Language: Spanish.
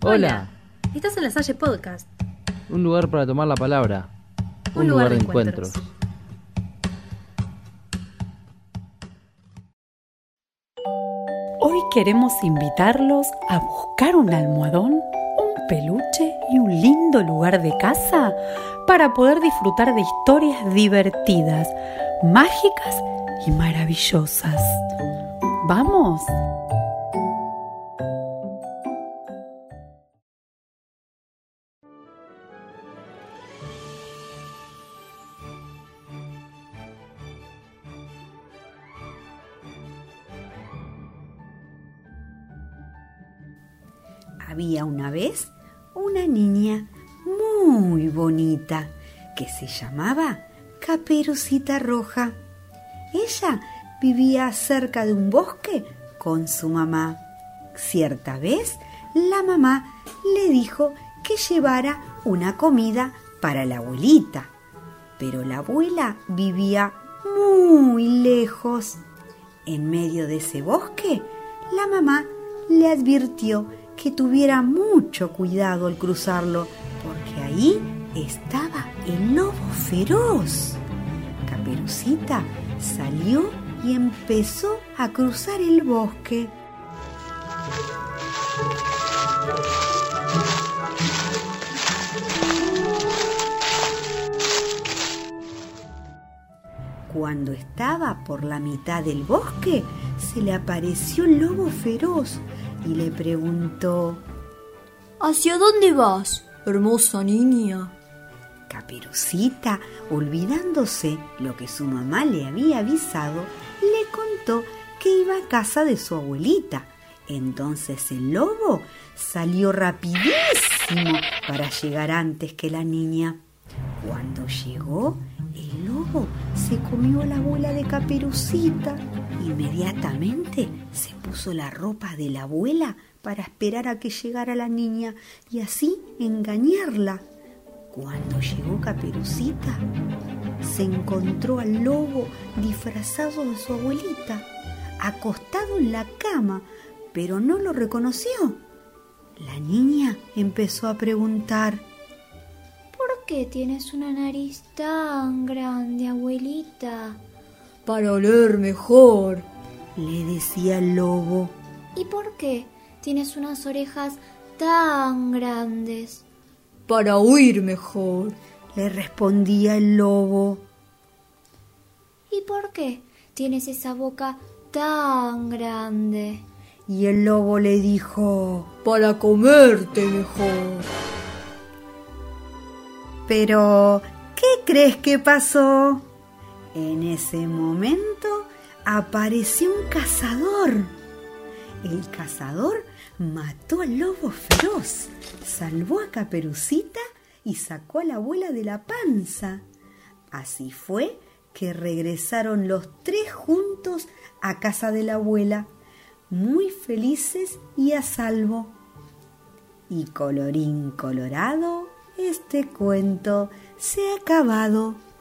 Hola. Estás en La Salle Podcast. Un lugar para tomar la palabra. Un lugar de encuentros. Hoy queremos invitarlos a buscar un almohadón, un peluche y un lindo lugar de casa para poder disfrutar de historias divertidas, mágicas y maravillosas. ¿Vamos? Había una vez una niña muy bonita que se llamaba Caperucita Roja. Ella vivía cerca de un bosque con su mamá. Cierta vez, la mamá le dijo que llevara una comida para la abuelita, pero la abuela vivía muy lejos. En medio de ese bosque, la mamá le advirtió que tuviera mucho cuidado al cruzarlo, porque ahí estaba el lobo feroz. Caperucita salió y empezó a cruzar el bosque. Cuando estaba por la mitad del bosque, se le apareció el lobo feroz y le preguntó: ¿Hacia dónde vas, hermosa niña? Caperucita, olvidándose lo que su mamá le había avisado, le contó que iba a casa de su abuelita. Entonces el lobo salió rapidísimo para llegar antes que la niña. Cuando llegó, el lobo se comió a la abuela de Caperucita. Inmediatamente se puso la ropa de la abuela para esperar a que llegara la niña y así engañarla. Cuando llegó Caperucita, se encontró al lobo disfrazado de su abuelita, acostado en la cama, pero no lo reconoció. La niña empezó a preguntar: ¿Por qué tienes una nariz tan grande, abuelita? Para oler mejor, le decía el lobo. ¿Y por qué tienes unas orejas tan grandes? Para oír mejor, le respondía el lobo. ¿Y por qué tienes esa boca tan grande? Y el lobo le dijo: para comerte mejor. Pero, ¿qué crees que pasó? En ese momento apareció un cazador. El cazador mató al lobo feroz, salvó a Caperucita y sacó a la abuela de la panza. Así fue que regresaron los tres juntos a casa de la abuela, muy felices y a salvo. Y colorín colorado, este cuento se ha acabado.